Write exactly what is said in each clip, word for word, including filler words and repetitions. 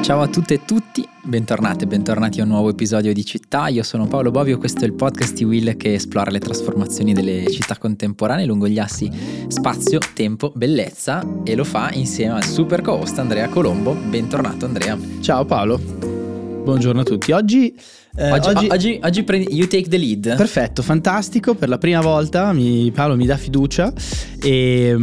Ciao a tutte e tutti, bentornati e bentornati a un nuovo episodio di Città. Io sono Paolo Bovio, questo è il podcast di Will che esplora le trasformazioni delle città contemporanee lungo gli assi spazio, tempo, bellezza, e lo fa insieme al super co-host Andrea Colombo. Bentornato Andrea. Ciao Paolo, buongiorno a tutti. Oggi Eh, oggi, oggi, oggi, oggi prendi, you take the lead. Perfetto, fantastico, per la prima volta mi, Paolo mi dà fiducia e...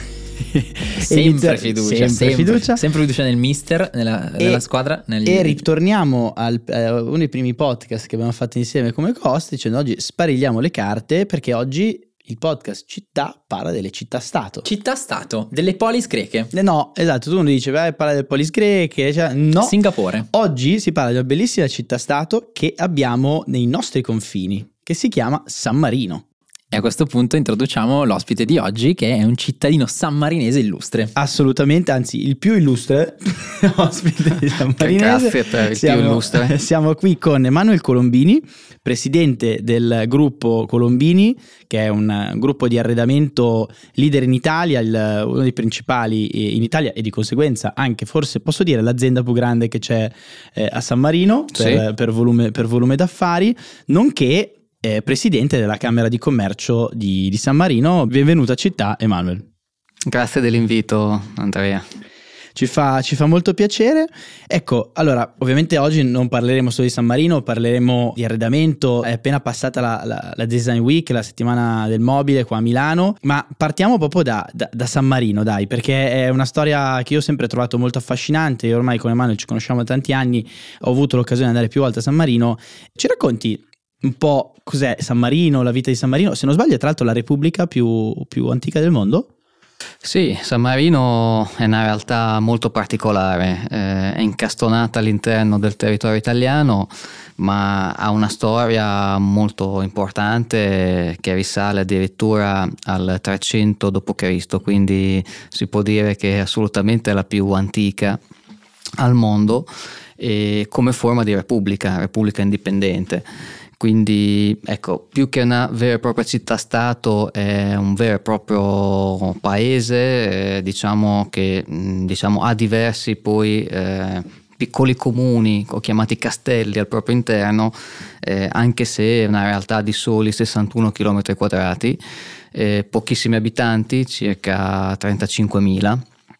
sempre inizia, fiducia sempre, sempre fiducia sempre fiducia nel mister, nella, e, nella squadra negli... E ritorniamo al eh, uno dei primi podcast che abbiamo fatto insieme come host, dicendo oggi sparigliamo le carte, perché oggi il podcast Città parla delle città-stato. Città-stato, delle polis greche. Eh no, esatto, tu uno dice, vai, parla delle polis greche, cioè, no. Singapore. Oggi si parla di una bellissima città-stato che abbiamo nei nostri confini, che si chiama San Marino. E a questo punto introduciamo l'ospite di oggi, che è un cittadino sammarinese illustre. Assolutamente, anzi il più illustre ospite di sammarinese. Grazie per il siamo, più illustre. Siamo qui con Emanuele Colombini, presidente del gruppo Colombini, che è un gruppo di arredamento leader in Italia, il, uno dei principali in Italia e di conseguenza anche, forse posso dire, l'azienda più grande che c'è eh, a San Marino per, sì. per, volume, per volume d'affari, nonché Eh, presidente della Camera di Commercio di, di San Marino. Benvenuto a Città, Emanuele. Grazie dell'invito, Andrea. Ci fa, ci fa molto piacere. Ecco, allora, ovviamente oggi non parleremo solo di San Marino, parleremo di arredamento. È appena passata la, la, la Design Week, la settimana del mobile qua a Milano, ma partiamo proprio da, da, da San Marino, dai, perché è una storia che io ho sempre trovato molto affascinante. Io ormai con Emanuele ci conosciamo da tanti anni, ho avuto l'occasione di andare più volte a San Marino. Ci racconti un po' cos'è San Marino, la vita di San Marino? Se non sbaglio, è tra l'altro la repubblica più, più antica del mondo? Sì, San Marino è una realtà molto particolare, eh, è incastonata all'interno del territorio italiano, ma ha una storia molto importante che risale addirittura al trecento dopo Cristo, quindi si può dire che è assolutamente la più antica al mondo, e come forma di repubblica, repubblica indipendente. Quindi ecco, più che una vera e propria città-stato è un vero e proprio paese, eh, diciamo che diciamo, ha diversi poi eh, piccoli comuni o chiamati castelli al proprio interno, eh, anche se è una realtà di soli sessantuno chilometri quadrati, eh, pochissimi abitanti, circa trentacinquemila.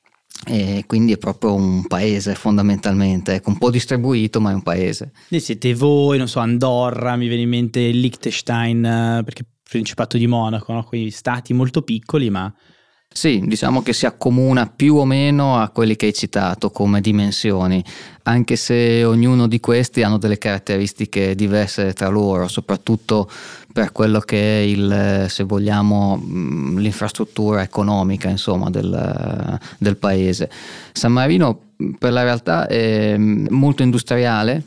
E quindi è proprio un paese fondamentalmente, ecco, un po' distribuito, ma è un paese. E siete voi, non so, Andorra, mi viene in mente Liechtenstein, perché Principato di Monaco, no? Quei stati molto piccoli, ma... Sì, diciamo che si accomuna più o meno a quelli che hai citato come dimensioni, anche se ognuno di questi hanno delle caratteristiche diverse tra loro, soprattutto per quello che è il, se vogliamo, l'infrastruttura economica, insomma, del, del paese. San Marino per la realtà è molto industriale.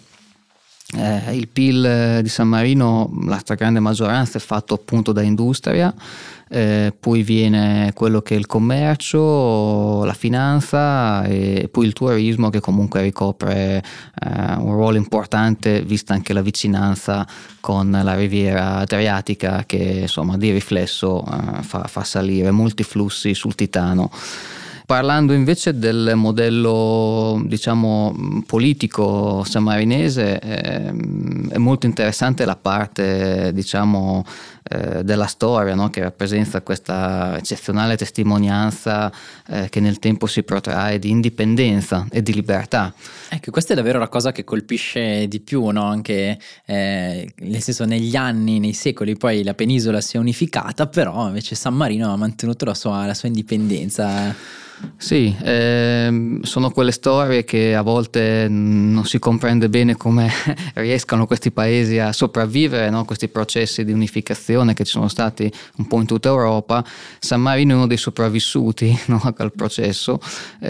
Eh, il P I L di San Marino, la stragrande maggioranza è fatto appunto da industria, eh, poi viene quello che è il commercio, la finanza e poi il turismo, che comunque ricopre eh, un ruolo importante vista anche la vicinanza con la riviera adriatica, che insomma di riflesso eh, fa, fa salire molti flussi sul Titano. Parlando invece del modello, diciamo, politico sammarinese, eh, è molto interessante la parte, diciamo, eh, della storia, no? Che rappresenta questa eccezionale testimonianza eh, che nel tempo si protrae di indipendenza e di libertà. Ecco, questa è davvero la cosa che colpisce di più, no? Anche eh, nel senso, negli anni, nei secoli, poi la penisola si è unificata, però invece San Marino ha mantenuto la sua, la sua indipendenza. Sì, ehm, sono quelle storie che a volte non si comprende bene come riescano questi paesi a sopravvivere, no? Questi processi di unificazione che ci sono stati un po' in tutta Europa. San Marino è uno dei sopravvissuti, no? Al processo,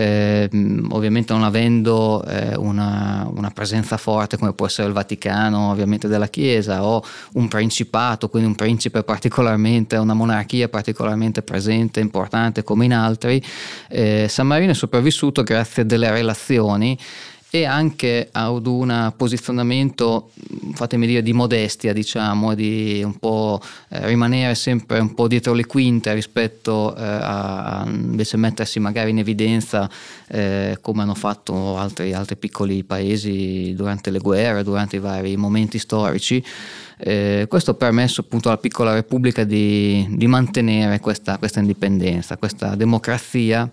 ehm, ovviamente non avendo eh, una, una presenza forte come può essere il Vaticano, ovviamente della Chiesa, o un principato, quindi un principe particolarmente, una monarchia particolarmente presente, importante come in altri. Eh, San Marino è sopravvissuto grazie a delle relazioni e anche ad un posizionamento, fatemi dire, di modestia, diciamo, di un po' eh, rimanere sempre un po' dietro le quinte rispetto eh, a, a invece mettersi magari in evidenza eh, come hanno fatto altri, altri piccoli paesi durante le guerre, durante i vari momenti storici. Eh, questo ha permesso appunto alla piccola Repubblica di, di mantenere questa, questa indipendenza, questa democrazia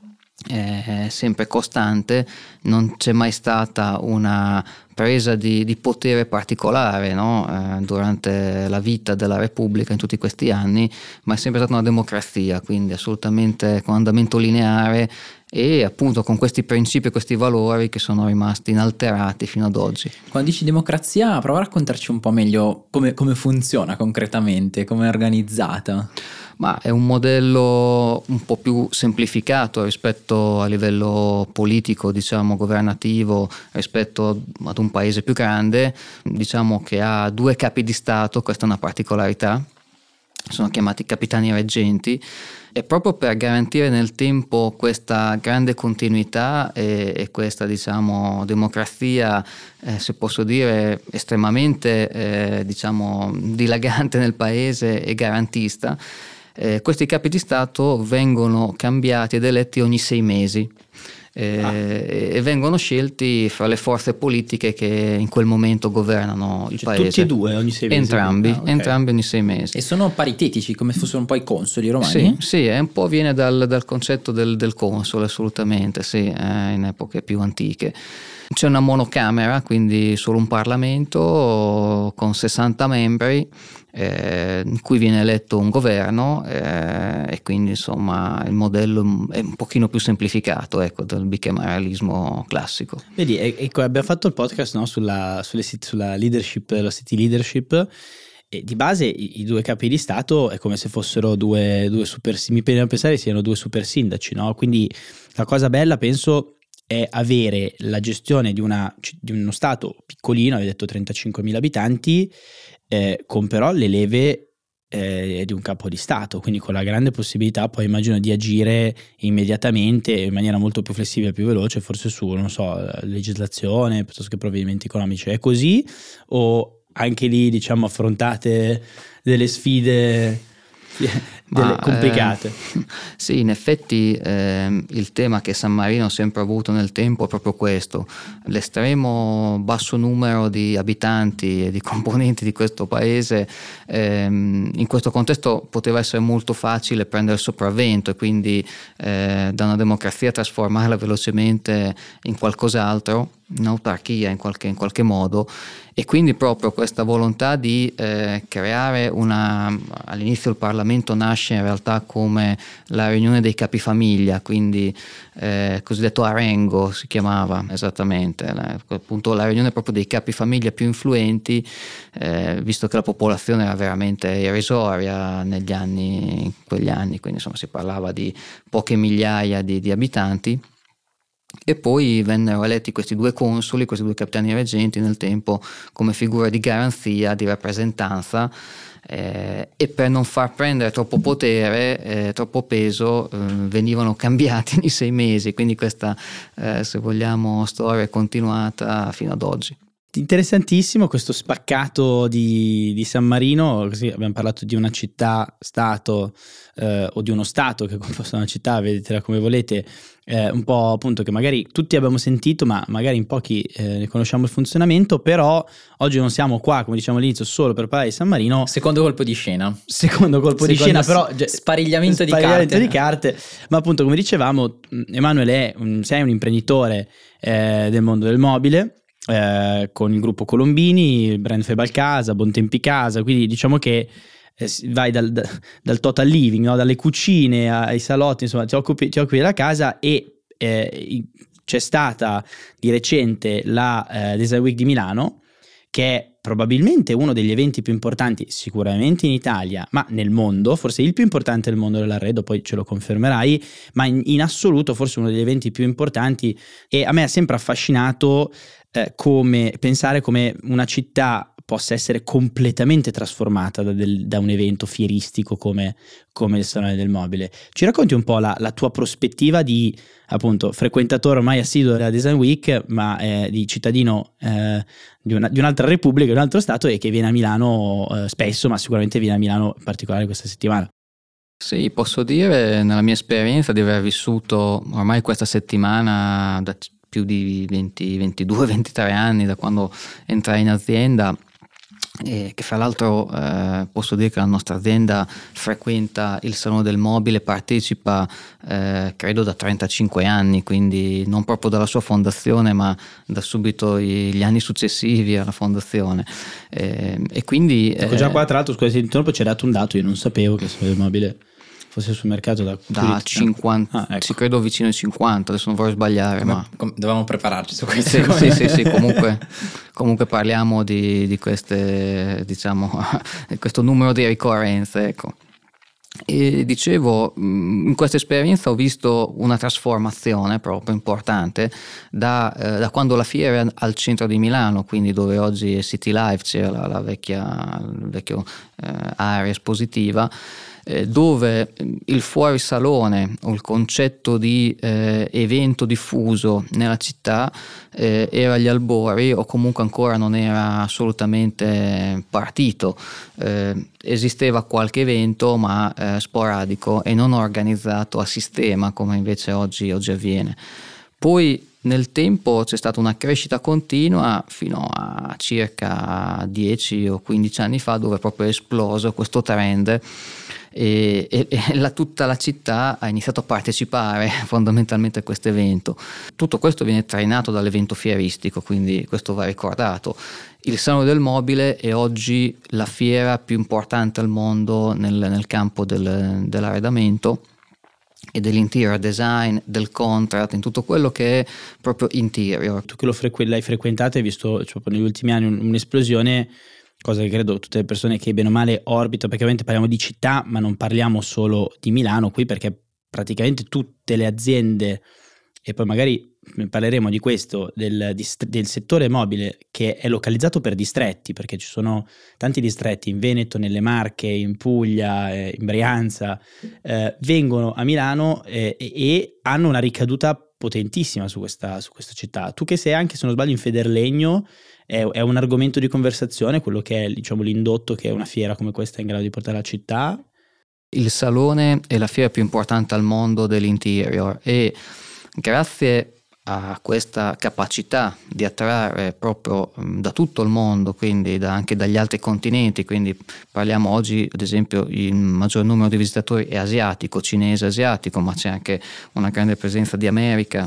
è sempre costante, non c'è mai stata una presa di, di potere particolare, no? eh, durante la vita della Repubblica in tutti questi anni, ma è sempre stata una democrazia, quindi assolutamente con andamento lineare e appunto con questi principi e questi valori che sono rimasti inalterati fino ad oggi. Quando dici democrazia, prova a raccontarci un po' meglio come, come funziona concretamente, come è organizzata. Ma è un modello un po' più semplificato rispetto a livello politico, diciamo governativo, rispetto ad un paese più grande. Diciamo che ha due capi di Stato, questa è una particolarità, sono chiamati capitani reggenti, e proprio per garantire nel tempo questa grande continuità e, e questa, diciamo, democrazia, eh, se posso dire, estremamente eh, diciamo dilagante nel paese e garantista. Eh, questi capi di Stato vengono cambiati ed eletti ogni sei mesi eh, ah. e vengono scelti fra le forze politiche che in quel momento governano il cioè, paese. Tutti e due ogni sei mesi? Entrambi, ah, okay. entrambi ogni sei mesi. E sono paritetici, come fossero un po' i consoli romani? Sì, sì, è un po' viene dal, dal concetto del, del console, assolutamente, sì, eh, in epoche più antiche. C'è una monocamera, quindi solo un Parlamento con sessanta membri, eh, in cui viene eletto un governo eh, e quindi insomma il modello è un pochino più semplificato, ecco, del bicameralismo classico. Vedi, ecco, abbiamo fatto il podcast, no, sulla, sulle, sulla leadership, la city leadership, e di base i, i due capi di Stato è come se fossero due, due super, mi viene a pensare siano due super sindaci, no? Quindi la cosa bella, penso, è avere la gestione di, una, di uno stato piccolino, avete detto trentacinquemila abitanti, eh, con però le leve eh, di un capo di Stato, quindi con la grande possibilità poi immagino di agire immediatamente in maniera molto più flessibile e più veloce, forse su, non so, legislazione piuttosto che provvedimenti economici. È così o anche lì, diciamo, affrontate delle sfide delle Ma, complicate? Eh, sì, in effetti eh, il tema che San Marino ha sempre avuto nel tempo è proprio questo: l'estremo basso numero di abitanti e di componenti di questo paese. Ehm, in questo contesto poteva essere molto facile prendere il sopravvento e quindi eh, da una democrazia trasformarla velocemente in qualcos'altro, in autarchia in qualche, in qualche modo. E quindi proprio questa volontà di eh, creare una, all'inizio il Parlamento nasce in realtà come la riunione dei capifamiglia, quindi eh, cosiddetto arengo si chiamava esattamente, la, appunto la riunione proprio dei capifamiglia più influenti, eh, visto che la popolazione era veramente irrisoria negli anni, in quegli anni, quindi insomma si parlava di poche migliaia di, di abitanti. E poi vennero eletti questi due consoli, questi due capitani reggenti nel tempo come figura di garanzia, di rappresentanza, eh, e per non far prendere troppo potere, eh, troppo peso, eh, venivano cambiati ogni sei mesi, quindi questa, eh, se vogliamo, storia è continuata fino ad oggi. Interessantissimo questo spaccato di, di San Marino, così abbiamo parlato di una città-stato eh, o di uno stato che composta una città, vedetela come volete, eh, un po' appunto che magari tutti abbiamo sentito ma magari in pochi eh, ne conosciamo il funzionamento, però oggi non siamo qua, come diciamo all'inizio, solo per parlare di San Marino. Secondo colpo di scena. Secondo colpo Secondo di scena, però sparigliamento, sparigliamento di, di carte. di carte, ma appunto come dicevamo Emanuele è un, sei un imprenditore eh, del mondo del mobile, Eh, con il gruppo Colombini, il brand Febalcasa, Bontempi Casa, quindi diciamo che eh, vai dal, da, dal total living, no? Dalle cucine ai salotti, insomma ti occupi, ti occupi della casa. E eh, c'è stata di recente la eh, Design Week di Milano, che è probabilmente uno degli eventi più importanti sicuramente in Italia, ma nel mondo, forse il più importante del mondo dell'arredo, poi ce lo confermerai, ma in, in assoluto forse uno degli eventi più importanti. E a me ha sempre affascinato Eh, come pensare come una città possa essere completamente trasformata da, del, da un evento fieristico come, come il Salone del Mobile. Ci racconti un po' la, la tua prospettiva di, appunto, frequentatore ormai assiduo della Design Week, ma eh, di cittadino eh, di, una, di un'altra repubblica, di un altro stato, e che viene a Milano eh, spesso, ma sicuramente viene a Milano in particolare questa settimana. Sì, posso dire nella mia esperienza di aver vissuto ormai questa settimana da più di venti, ventidue, ventitré anni, da quando entrai in azienda, e che fra l'altro eh, posso dire che la nostra azienda frequenta il Salone del Mobile, partecipa eh, credo da trentacinque anni, quindi non proprio dalla sua fondazione ma da subito gli anni successivi alla fondazione, eh, e quindi ecco, già qua tra l'altro, scusa se ti interrompo, c'è dato un dato, io non sapevo che il Salone del Mobile fosse sul mercato da, da cinquanta, ah, ecco. Sì, credo vicino ai cinquanta, adesso non vorrei sbagliare, come, ma come, dovevamo prepararci su questo. Sì, sì, sì, sì, comunque, comunque parliamo di, di queste, diciamo, questo numero di ricorrenze, ecco. E dicevo, in questa esperienza ho visto una trasformazione proprio importante da, eh, da quando la fiera era al centro di Milano, quindi dove oggi è City Life, c'era la, la vecchia il vecchio eh, area espositiva, eh, dove il fuorisalone o il concetto di eh, evento diffuso nella città eh, era agli albori, o comunque ancora non era assolutamente partito. Eh, esisteva qualche evento ma eh, sporadico e non organizzato a sistema come invece oggi, oggi avviene. Poi nel tempo c'è stata una crescita continua fino a circa dieci o quindici anni fa, dove proprio è esploso questo trend e, e, e la, tutta la città ha iniziato a partecipare fondamentalmente a questo evento. Tutto questo viene trainato dall'evento fieristico, quindi questo va ricordato. Il Salone del Mobile è oggi la fiera più importante al mondo nel, nel campo del, dell'arredamento e dell'interior design, del contract, in tutto quello che è proprio interior. Tu che lo frequ- l'hai frequentato hai visto, cioè, negli ultimi anni un'esplosione, cosa che credo tutte le persone che bene o male orbitano, perché ovviamente parliamo di città ma non parliamo solo di Milano qui, perché praticamente tutte le aziende, e poi magari parleremo di questo, del, del settore mobile che è localizzato per distretti, perché ci sono tanti distretti in Veneto, nelle Marche, in Puglia, eh, in Brianza, eh, vengono a Milano eh, e hanno una ricaduta potentissima su questa, su questa città. Tu che sei anche, se non sbaglio, in Federlegno, è, è un argomento di conversazione quello che è, diciamo, l'indotto che una fiera come questa è in grado di portare alla città? Il Salone è la fiera più importante al mondo dell'interior e grazie a questa capacità di attrarre proprio da tutto il mondo, quindi da, anche dagli altri continenti, quindi parliamo oggi ad esempio il maggior numero di visitatori è asiatico, cinese asiatico, ma c'è anche una grande presenza di America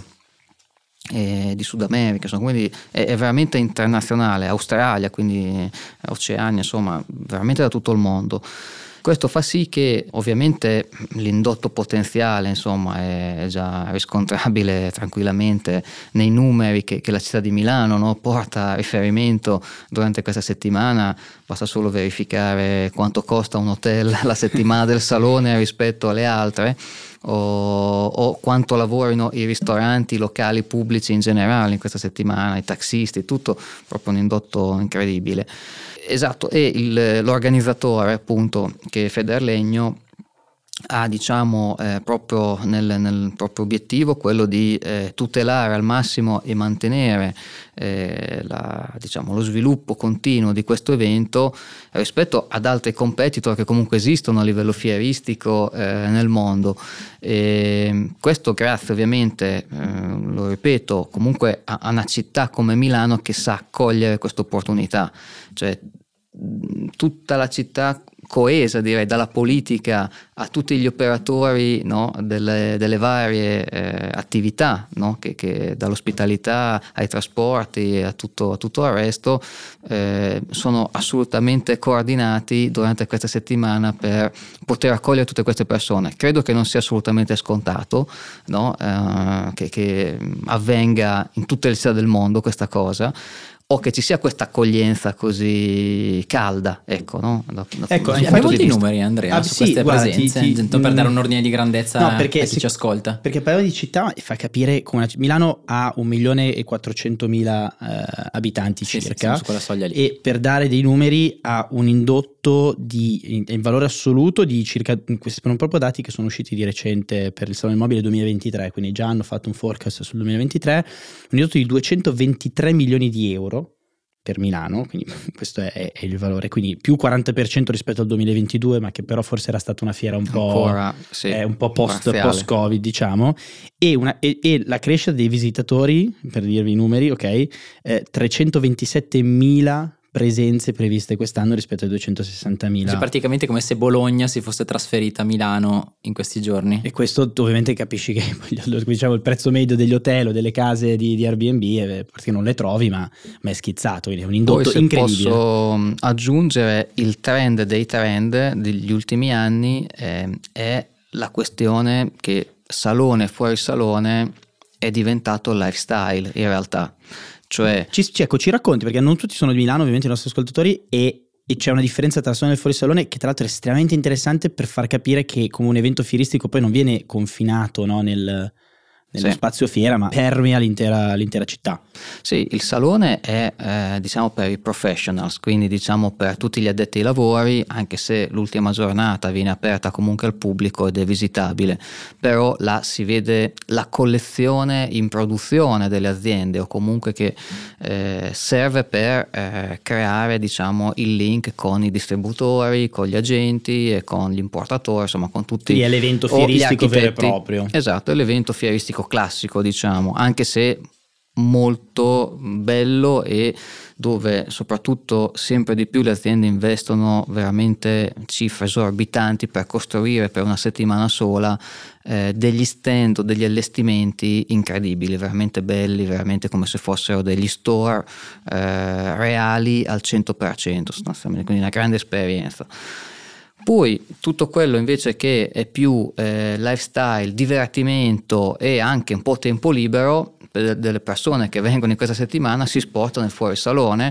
e di Sud America, insomma, quindi è, è veramente internazionale, Australia, quindi Oceania, insomma veramente da tutto il mondo. Questo fa sì che ovviamente l'indotto potenziale, insomma, è già riscontrabile tranquillamente nei numeri che, che la città di Milano, no, porta a riferimento durante questa settimana. Basta solo verificare quanto costa un hotel la settimana del Salone rispetto alle altre, o, o quanto lavorino i ristoranti, i locali pubblici in generale in questa settimana, i taxisti, tutto proprio un indotto incredibile. Esatto, e il, l'organizzatore appunto, che è Federlegno, ha diciamo eh, proprio nel, nel proprio obiettivo quello di eh, tutelare al massimo e mantenere eh, la, diciamo, lo sviluppo continuo di questo evento rispetto ad altri competitor che comunque esistono a livello fieristico eh, nel mondo. E questo grazie ovviamente, eh, lo ripeto, comunque a, a una città come Milano che sa cogliere questa opportunità, cioè tutta la città coesa, direi, dalla politica a tutti gli operatori, no, delle, delle varie eh, attività, no, che, che dall'ospitalità ai trasporti a tutto, a tutto il resto eh, sono assolutamente coordinati durante questa settimana per poter accogliere tutte queste persone. Credo che non sia assolutamente scontato, no, eh, che, che avvenga in tutte le città del mondo questa cosa. o che ci sia questa accoglienza così calda, ecco, no? Da, da, ecco, da abbiamo dei numeri, Andrea, ah, su sì, queste guarda, presenze, ti, ti, per dare un ordine di grandezza no, perché, a chi ci ascolta. Perché parliamo di città e fa capire come una, Milano ha un milione e quattrocentomila eh, abitanti sì, circa, sì, su quella soglia lì. E per dare dei numeri ha un indotto di, in, in valore assoluto di circa, questi sono proprio dati che sono usciti di recente per il Salone del Mobile duemilaventitré, quindi già hanno fatto un forecast sul duemilaventitré, un indotto di duecentoventitré milioni di euro per Milano, quindi questo è, è il valore, quindi più quaranta per cento rispetto al duemilaventidue, ma che però forse era stata una fiera un po', Ancora, sì, eh, un po' post, parziale. post-Covid, diciamo, e, una, e, e la crescita dei visitatori, per dirvi i numeri, ok, eh, trecentoventisettemila presenze previste quest'anno rispetto ai duecentosessantamila. Cioè praticamente come se Bologna si fosse trasferita a Milano in questi giorni. E questo ovviamente capisci che diciamo, il prezzo medio degli hotel o delle case di, di Airbnb è perché non le trovi, ma, ma è schizzato, quindi è un indotto Poi se incredibile. Posso aggiungere il trend dei trend degli ultimi anni, eh, è la questione che salone fuori salone è diventato lifestyle in realtà. Cioè, ci, ecco, ci racconti, perché non tutti sono di Milano, ovviamente i nostri ascoltatori, e, e c'è una differenza tra salone e fuori salone che tra l'altro è estremamente interessante per far capire che come un evento fieristico poi non viene confinato, no, nel, nello sì. spazio fiera, ma permea l'intera, l'intera città. Sì, il salone è eh, diciamo per i professionals, quindi diciamo per tutti gli addetti ai lavori, anche se l'ultima giornata viene aperta comunque al pubblico ed è visitabile, però là si vede la collezione in produzione delle aziende o comunque che eh, serve per eh, creare diciamo il link con i distributori, con gli agenti e con gli importatori, insomma con tutti. Quindi è l'evento fieristico vero e proprio. Esatto, è l'evento fieristico classico, diciamo, anche se molto bello e dove soprattutto sempre di più le aziende investono veramente cifre esorbitanti per costruire per una settimana sola eh, degli stand o degli allestimenti incredibili, veramente belli, veramente come se fossero degli store eh, reali al cento per cento sostanzialmente, quindi una grande esperienza. Poi tutto quello invece che è più eh, lifestyle, divertimento e anche un po' tempo libero per delle persone che vengono in questa settimana si spostano nel fuori salone,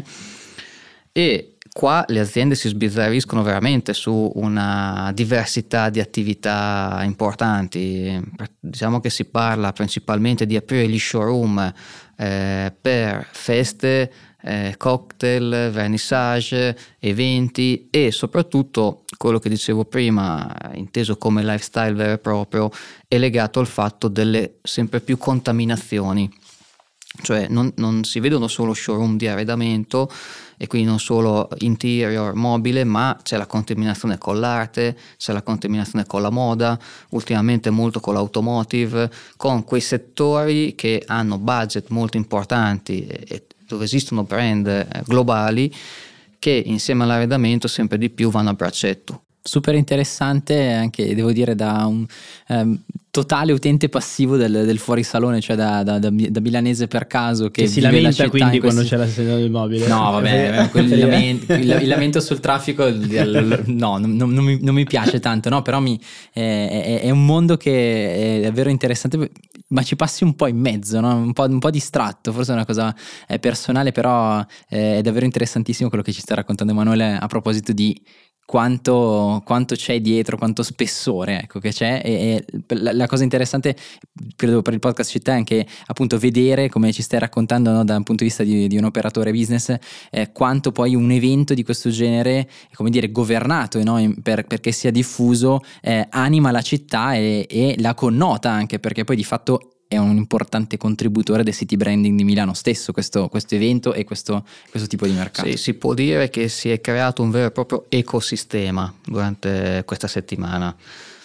e qua le aziende si sbizzarriscono veramente su una diversità di attività importanti. Diciamo che si parla principalmente di aprire gli showroom eh, per feste, Eh, cocktail, vernissage, eventi e soprattutto quello che dicevo prima, inteso come lifestyle vero e proprio, è legato al fatto delle sempre più contaminazioni. Cioè non, non si vedono solo showroom di arredamento e quindi non solo interior, mobile, ma c'è la contaminazione con l'arte, c'è la contaminazione con la moda, ultimamente molto con l'automotive, con quei settori che hanno budget molto importanti e dove esistono brand globali che insieme all'arredamento sempre di più vanno a braccetto. Super interessante anche, devo dire, da un um, totale utente passivo del, del fuorisalone, cioè da, da, da, da milanese per caso che, che si vive lamenta la città quindi questi... quando c'è la segnale del mobile. No vabbè, il, lamento, il, il lamento sul traffico no, non, non, non, mi, non mi piace tanto, no, però mi, eh, è, è un mondo che è davvero interessante, ma ci passi un po' in mezzo, no? un, po', un po' distratto, forse è una cosa eh, personale, però eh, è davvero interessantissimo quello che ci sta raccontando Emanuele a proposito di quanto, quanto c'è dietro, quanto spessore ecco che c'è, e, e la, la cosa interessante credo per il podcast città è anche appunto vedere, come ci stai raccontando, no, da un punto di vista di, di un operatore business, eh, quanto poi un evento di questo genere è, come dire, governato, no, in, per, perché sia diffuso, eh, anima la città e, e la connota anche, perché poi di fatto è un importante contributore del city branding di Milano stesso, questo, questo evento e questo, questo tipo di mercato. Sì, si può dire che si è creato un vero e proprio ecosistema durante questa settimana,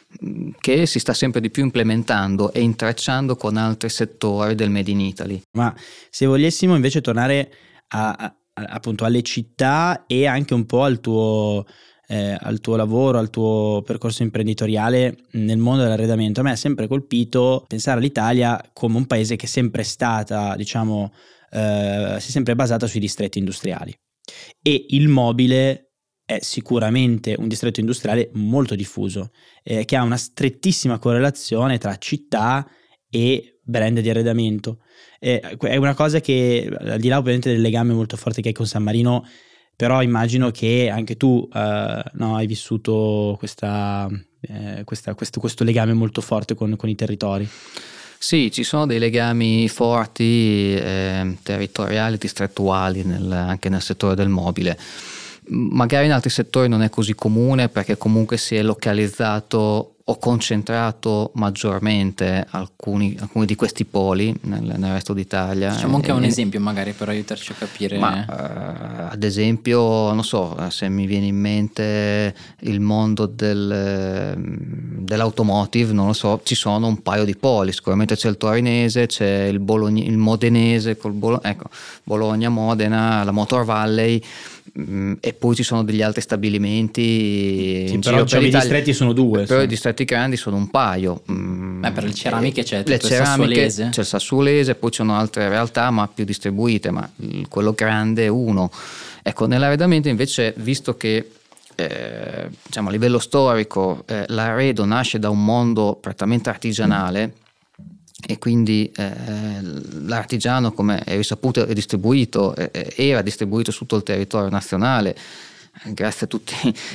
che si sta sempre di più implementando e intrecciando con altri settori del Made in Italy. Ma se volessimo invece tornare a, a, appunto alle città e anche un po' al tuo Eh, al tuo lavoro, al tuo percorso imprenditoriale nel mondo dell'arredamento, a me ha sempre colpito pensare all'Italia come un paese che è sempre stata, diciamo, eh, si è sempre basata sui distretti industriali, e il mobile è sicuramente un distretto industriale molto diffuso, eh, che ha una strettissima correlazione tra città e brand di arredamento. Eh, è una cosa che, al di là ovviamente del legame molto forte che hai con San Marino, però immagino che anche tu eh, no, hai vissuto questa, eh, questa, questo, questo legame molto forte con, con i territori. Sì, ci sono dei legami forti, eh, territoriali, distrettuali nel, anche nel settore del mobile. Magari in altri settori non è così comune, perché comunque si è localizzato o concentrato maggiormente alcuni, alcuni di questi poli nel, nel resto d'Italia. Facciamo anche e, un e, esempio magari per aiutarci a capire. Ma uh, ad esempio, non so, se mi viene in mente il mondo del, dell'automotive, non lo so, ci sono un paio di poli. Sicuramente c'è il torinese, c'è il, Bologna, il modenese col Bolo- ecco, Bologna, Modena, la Motor Valley, mh, e poi ci sono degli altri stabilimenti. Sì, in però giro diciamo, per i distretti sono due. Però sì. i distretti grandi sono un paio. Beh, per le ceramiche c'è le tutto il ceramiche, Sassuolese. c'è il Sassuolese, poi ci sono altre realtà ma più distribuite, ma quello grande è uno. Ecco, nell'arredamento invece, visto che eh, diciamo a livello storico eh, l'arredo nasce da un mondo prettamente artigianale, e quindi eh, l'artigiano, come è risaputo, è distribuito, eh, era distribuito su tutto il territorio nazionale, grazie a tutte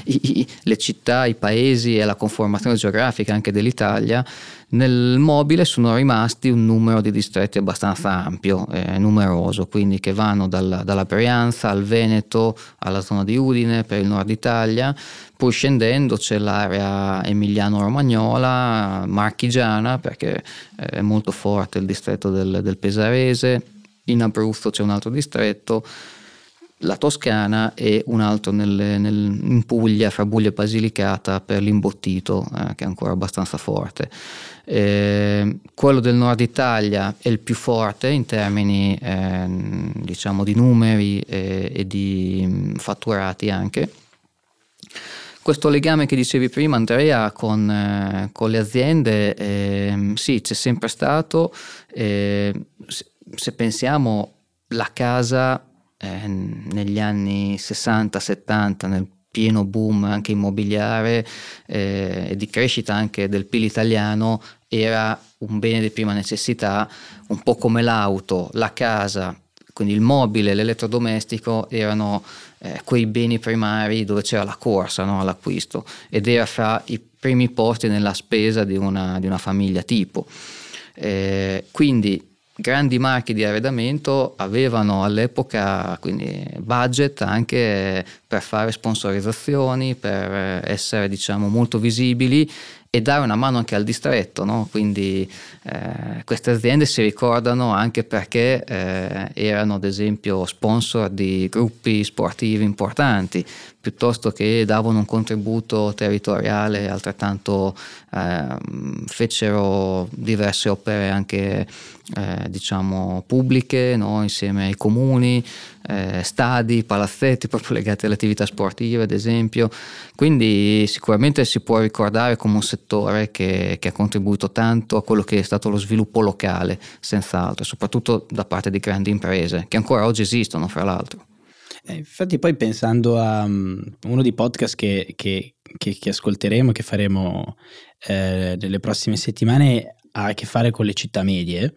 le città, i paesi e la conformazione geografica anche dell'Italia. Nel mobile sono rimasti un numero di distretti abbastanza ampio, eh, numeroso, quindi che vanno dalla, dalla Brianza al Veneto, alla zona di Udine per il nord Italia. Poi scendendo c'è l'area emiliano-romagnola, marchigiana, perché è molto forte il distretto del, del Pesarese. In Abruzzo c'è un altro distretto, la Toscana, e un altro nel, nel, in Puglia, fra Puglia e Basilicata, per l'imbottito, eh, che è ancora abbastanza forte. Eh, quello del nord Italia è il più forte in termini eh, diciamo di numeri e, e di fatturati anche. Questo legame che dicevi prima, Andrea, con, eh, con le aziende, eh, sì, c'è sempre stato. Eh, se, se pensiamo, la casa eh, negli anni sessanta settanta, nel pieno boom anche immobiliare e eh, di crescita anche del P I L italiano, era un bene di prima necessità, un po' come l'auto, la casa, quindi il mobile, l'elettrodomestico erano eh, quei beni primari dove c'era la corsa, no, all'acquisto, ed era fra i primi posti nella spesa di una, di una famiglia tipo. Eh, quindi grandi marchi di arredamento avevano all'epoca quindi budget anche per fare sponsorizzazioni, per essere diciamo molto visibili e dare una mano anche al distretto, no? Quindi eh, queste aziende si ricordano anche perché eh, erano ad esempio sponsor di gruppi sportivi importanti, piuttosto che davano un contributo territoriale, altrettanto eh, fecero diverse opere anche eh, diciamo pubbliche, no? Insieme ai comuni, eh, stadi, palazzetti proprio legati alle attività sportive ad esempio. Quindi sicuramente si può ricordare come un settore che, che ha contribuito tanto a quello che è stato lo sviluppo locale, senz'altro, soprattutto da parte di grandi imprese che ancora oggi esistono, fra l'altro. Eh, infatti poi pensando a um, uno dei podcast che, che, che, che ascolteremo, che faremo eh, nelle prossime settimane, ha a che fare con le città medie,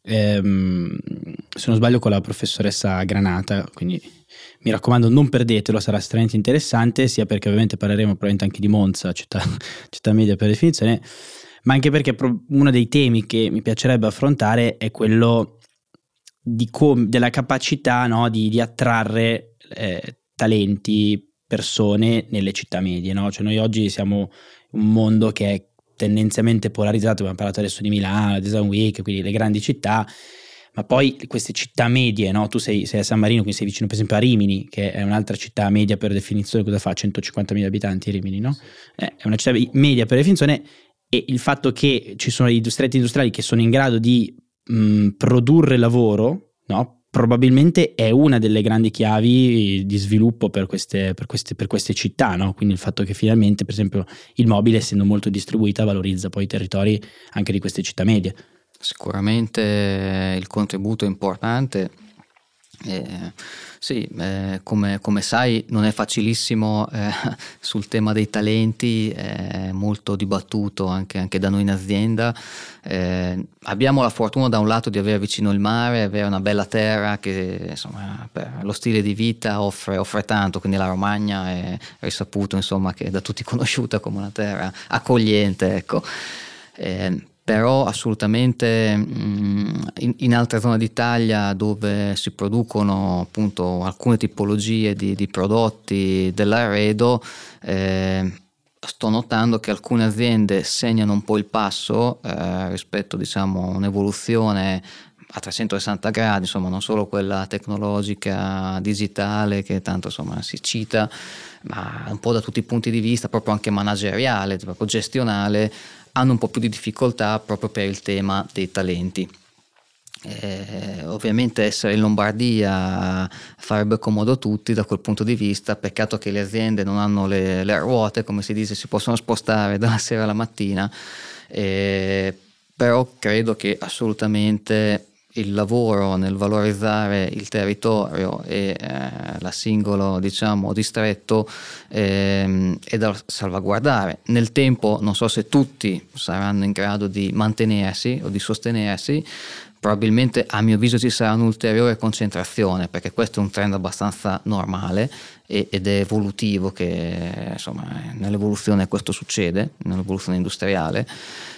ehm, se non sbaglio con la professoressa Granata, quindi mi raccomando non perdetelo, sarà estremamente interessante, sia perché ovviamente parleremo probabilmente anche di Monza, città, città media per definizione, ma anche perché uno dei temi che mi piacerebbe affrontare è quello di com- della capacità, no, di, di attrarre eh, talenti, persone nelle città medie, no? Cioè noi oggi siamo un mondo che è tendenzialmente polarizzato, abbiamo parlato adesso di Milano, Design Week, quindi le grandi città, ma poi queste città medie, no? Tu sei, sei a San Marino, quindi sei vicino per esempio a Rimini, che è un'altra città media per definizione, cosa fa? centocinquantamila abitanti Rimini, no? Eh, è una città media per definizione, e il fatto che ci sono i distretti industriali che sono in grado di mh, produrre lavoro, no? Probabilmente è una delle grandi chiavi di sviluppo per queste, per queste, per queste città, no? Quindi il fatto che finalmente, per esempio, il mobile, essendo molto distribuita, valorizza poi i territori anche di queste città medie. Sicuramente il contributo è importante, Eh, sì, eh, come, come sai non è facilissimo eh, sul tema dei talenti, è molto dibattuto anche, anche da noi in azienda. Eh, abbiamo la fortuna da un lato di avere vicino il mare, avere una bella terra che insomma per lo stile di vita offre, offre tanto, quindi la Romagna è risaputo insomma che è da tutti conosciuta come una terra accogliente, ecco. Eh, però assolutamente mh, in, in altre zone d'Italia dove si producono appunto alcune tipologie di, di prodotti dell'arredo, eh, sto notando che alcune aziende segnano un po' il passo eh, rispetto diciamo a un'evoluzione a trecentosessanta gradi, insomma non solo quella tecnologica digitale che tanto insomma si cita, ma un po' da tutti i punti di vista, proprio anche manageriale, proprio gestionale, hanno un po' più di difficoltà proprio per il tema dei talenti. Eh, ovviamente essere in Lombardia farebbe comodo a tutti da quel punto di vista, peccato che le aziende non hanno le, le ruote, come si dice, si possono spostare dalla sera alla mattina, eh, però credo che assolutamente il lavoro nel valorizzare il territorio e eh, la singolo diciamo distretto eh, è da salvaguardare. Nel tempo non so se tutti saranno in grado di mantenersi o di sostenersi, probabilmente a mio avviso ci sarà un'ulteriore concentrazione, perché questo è un trend abbastanza normale ed è evolutivo, che insomma nell'evoluzione questo succede, nell'evoluzione industriale.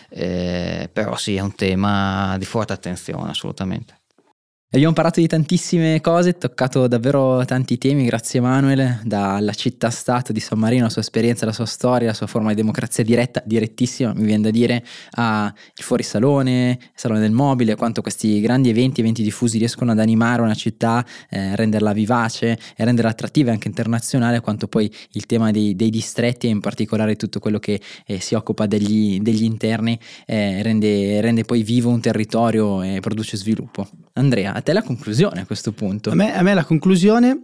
Eh, però sì, è un tema di forte attenzione assolutamente. Abbiamo parlato di tantissime cose, toccato davvero tanti temi, grazie Manuel, dalla città-stato di San Marino, la sua esperienza, la sua storia, la sua forma di democrazia diretta, direttissima mi viene da dire, a il fuorisalone, il salone del mobile, quanto questi grandi eventi, eventi diffusi riescono ad animare una città, eh, renderla vivace e renderla attrattiva anche internazionale, quanto poi il tema dei, dei distretti e in particolare tutto quello che eh, si occupa degli, degli interni eh, rende, rende poi vivo un territorio e produce sviluppo. Andrea, a te la conclusione a questo punto. A me, a me la conclusione,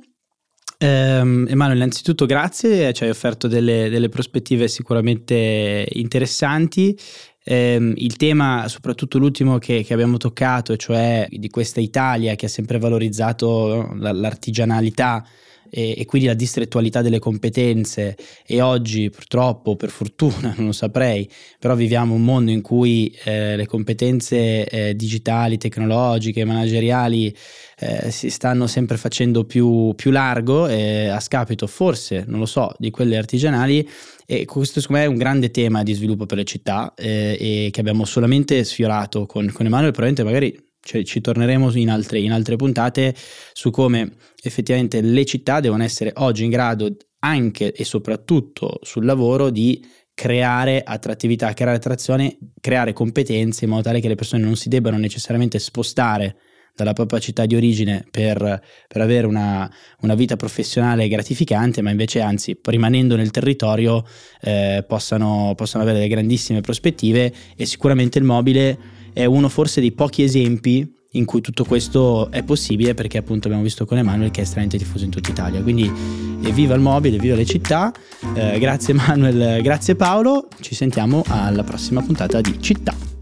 ehm, Emanuele, innanzitutto grazie, ci hai offerto delle, delle prospettive sicuramente interessanti. Eh, il tema, soprattutto l'ultimo che, che abbiamo toccato, cioè di questa Italia che ha sempre valorizzato l'artigianalità e, e quindi la distrettualità delle competenze, e oggi purtroppo, per fortuna, non lo saprei, però viviamo un mondo in cui eh, le competenze eh, digitali, tecnologiche, manageriali eh, si stanno sempre facendo più, più largo eh, a scapito forse, non lo so, di quelle artigianali. E questo secondo me è un grande tema di sviluppo per le città eh, e che abbiamo solamente sfiorato con, con Emanuele. Probabilmente magari cioè, ci torneremo in altre, in altre puntate su come effettivamente le città devono essere oggi in grado anche e soprattutto sul lavoro di creare attrattività, creare attrazione, creare competenze in modo tale che le persone non si debbano necessariamente spostare dalla propria città di origine per, per avere una, una vita professionale gratificante, ma invece anzi rimanendo nel territorio eh, possano, possano avere delle grandissime prospettive. E sicuramente il mobile è uno forse dei pochi esempi in cui tutto questo è possibile, perché appunto abbiamo visto con Emanuele che è estremamente diffuso in tutta Italia. Quindi evviva il mobile, evviva le città, eh, grazie Emanuele, grazie Paolo, ci sentiamo alla prossima puntata di Città.